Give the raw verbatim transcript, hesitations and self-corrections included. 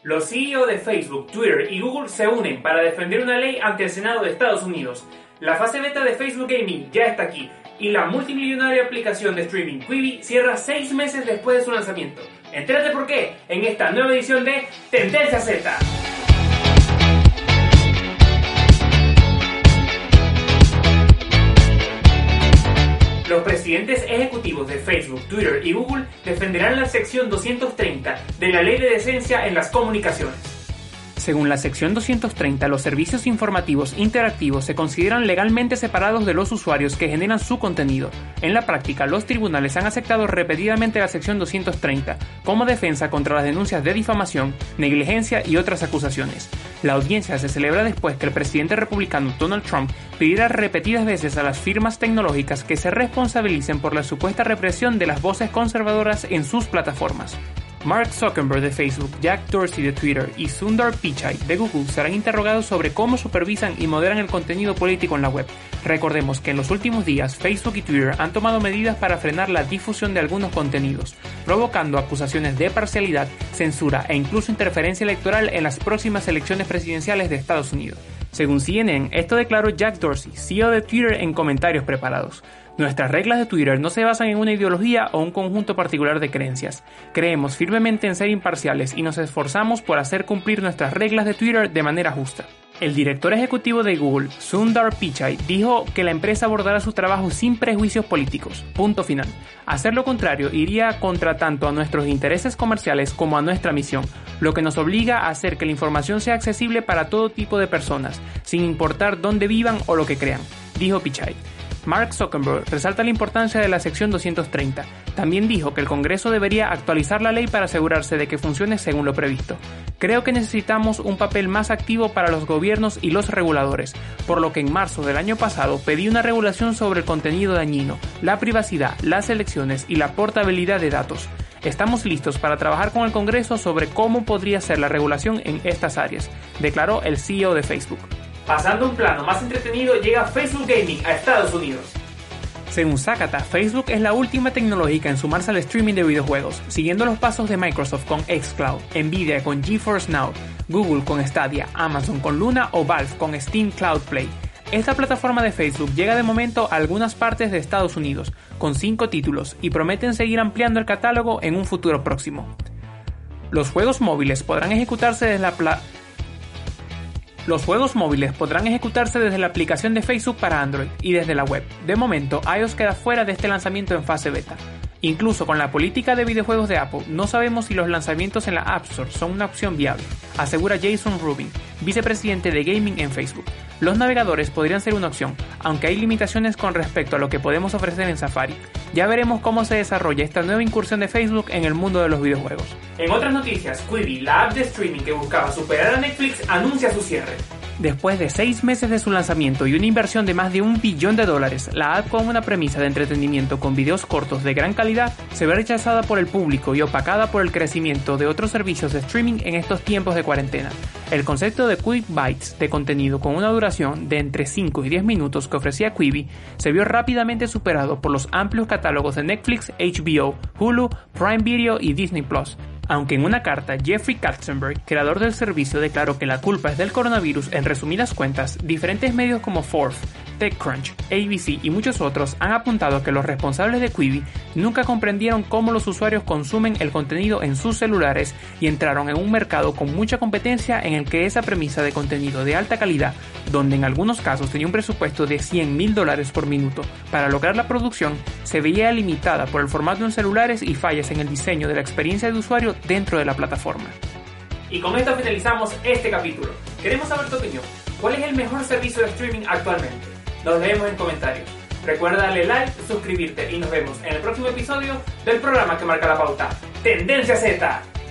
Los C E O de Facebook, Twitter y Google se unen para defender una ley ante el Senado de Estados Unidos. La fase beta de Facebook Gaming ya está aquí y la multimillonaria aplicación de streaming Quibi cierra seis meses después de su lanzamiento. Entérate por qué en esta nueva edición de Tendencia Z. Los presidentes ejecutivos de Facebook, Twitter y Google defenderán la sección doscientos treinta de la Ley de Decencia en las Comunicaciones. Según la sección doscientos treinta, los servicios informativos interactivos se consideran legalmente separados de los usuarios que generan su contenido. En la práctica, los tribunales han aceptado repetidamente la sección doscientos treinta como defensa contra las denuncias de difamación, negligencia y otras acusaciones. La audiencia se celebra después que el presidente republicano Donald Trump pidiera repetidas veces a las firmas tecnológicas que se responsabilicen por la supuesta represión de las voces conservadoras en sus plataformas. Mark Zuckerberg de Facebook, Jack Dorsey de Twitter y Sundar Pichai de Google serán interrogados sobre cómo supervisan y moderan el contenido político en la web. Recordemos que en los últimos días Facebook y Twitter han tomado medidas para frenar la difusión de algunos contenidos, provocando acusaciones de parcialidad, censura e incluso interferencia electoral en las próximas elecciones presidenciales de Estados Unidos. Según C N N, esto declaró Jack Dorsey, C E O de Twitter, en comentarios preparados. Nuestras reglas de Twitter no se basan en una ideología o un conjunto particular de creencias. Creemos firmemente en ser imparciales y nos esforzamos por hacer cumplir nuestras reglas de Twitter de manera justa. El director ejecutivo de Google, Sundar Pichai, dijo que la empresa abordará su trabajo sin prejuicios políticos. Punto final. Hacer lo contrario iría contra tanto a nuestros intereses comerciales como a nuestra misión, lo que nos obliga a hacer que la información sea accesible para todo tipo de personas, sin importar dónde vivan o lo que crean, dijo Pichai. Mark Zuckerberg resalta la importancia de la sección doscientos treinta. También dijo que el Congreso debería actualizar la ley para asegurarse de que funcione según lo previsto. Creo que necesitamos un papel más activo para los gobiernos y los reguladores, por lo que en marzo del año pasado pedí una regulación sobre el contenido dañino, la privacidad, las elecciones y la portabilidad de datos. Estamos listos para trabajar con el Congreso sobre cómo podría ser la regulación en estas áreas, declaró el C E O de Facebook. Pasando a un plano más entretenido, llega Facebook Gaming a Estados Unidos. Según Zakata, Facebook es la última tecnológica en sumarse al streaming de videojuegos, siguiendo los pasos de Microsoft con xCloud, Nvidia con GeForce Now, Google con Stadia, Amazon con Luna o Valve con Steam Cloud Play. Esta plataforma de Facebook llega de momento a algunas partes de Estados Unidos, con cinco títulos, y prometen seguir ampliando el catálogo en un futuro próximo. Los juegos móviles podrán ejecutarse desde la plataforma Los juegos móviles podrán ejecutarse desde la aplicación de Facebook para Android y desde la web. De momento, iOS queda fuera de este lanzamiento en fase beta. Incluso con la política de videojuegos de Apple, no sabemos si los lanzamientos en la App Store son una opción viable, asegura Jason Rubin, vicepresidente de Gaming en Facebook. Los navegadores podrían ser una opción, aunque hay limitaciones con respecto a lo que podemos ofrecer en Safari. Ya veremos cómo se desarrolla esta nueva incursión de Facebook en el mundo de los videojuegos. En otras noticias, Quibi, la app de streaming que buscaba superar a Netflix, anuncia su cierre. Después de seis meses de su lanzamiento y una inversión de más de un billón de dólares, la app, con una premisa de entretenimiento con videos cortos de gran calidad, se ve rechazada por el público y opacada por el crecimiento de otros servicios de streaming en estos tiempos de cuarentena. El concepto de Quick Bites de contenido con una duración de entre cinco y diez minutos que ofrecía Quibi se vio rápidamente superado por los amplios catálogos de Netflix, H B O, Hulu, Prime Video y Disney Plus. Aunque en una carta, Jeffrey Katzenberg, creador del servicio, declaró que la culpa es del coronavirus, en resumidas cuentas, diferentes medios como Forbes, TechCrunch, A B C y muchos otros han apuntado que los responsables de Quibi nunca comprendieron cómo los usuarios consumen el contenido en sus celulares y entraron en un mercado con mucha competencia en el que esa premisa de contenido de alta calidad, donde en algunos casos tenía un presupuesto de cien mil dólares por minuto para lograr la producción, se veía limitada por el formato en celulares y fallas en el diseño de la experiencia de usuario dentro de la plataforma. Y con esto finalizamos este capítulo. Queremos saber tu opinión. ¿Cuál es el mejor servicio de streaming actualmente? Nos leemos en comentarios. Recuerda darle like, suscribirte y nos vemos en el próximo episodio del programa que marca la pauta, Tendencia Z.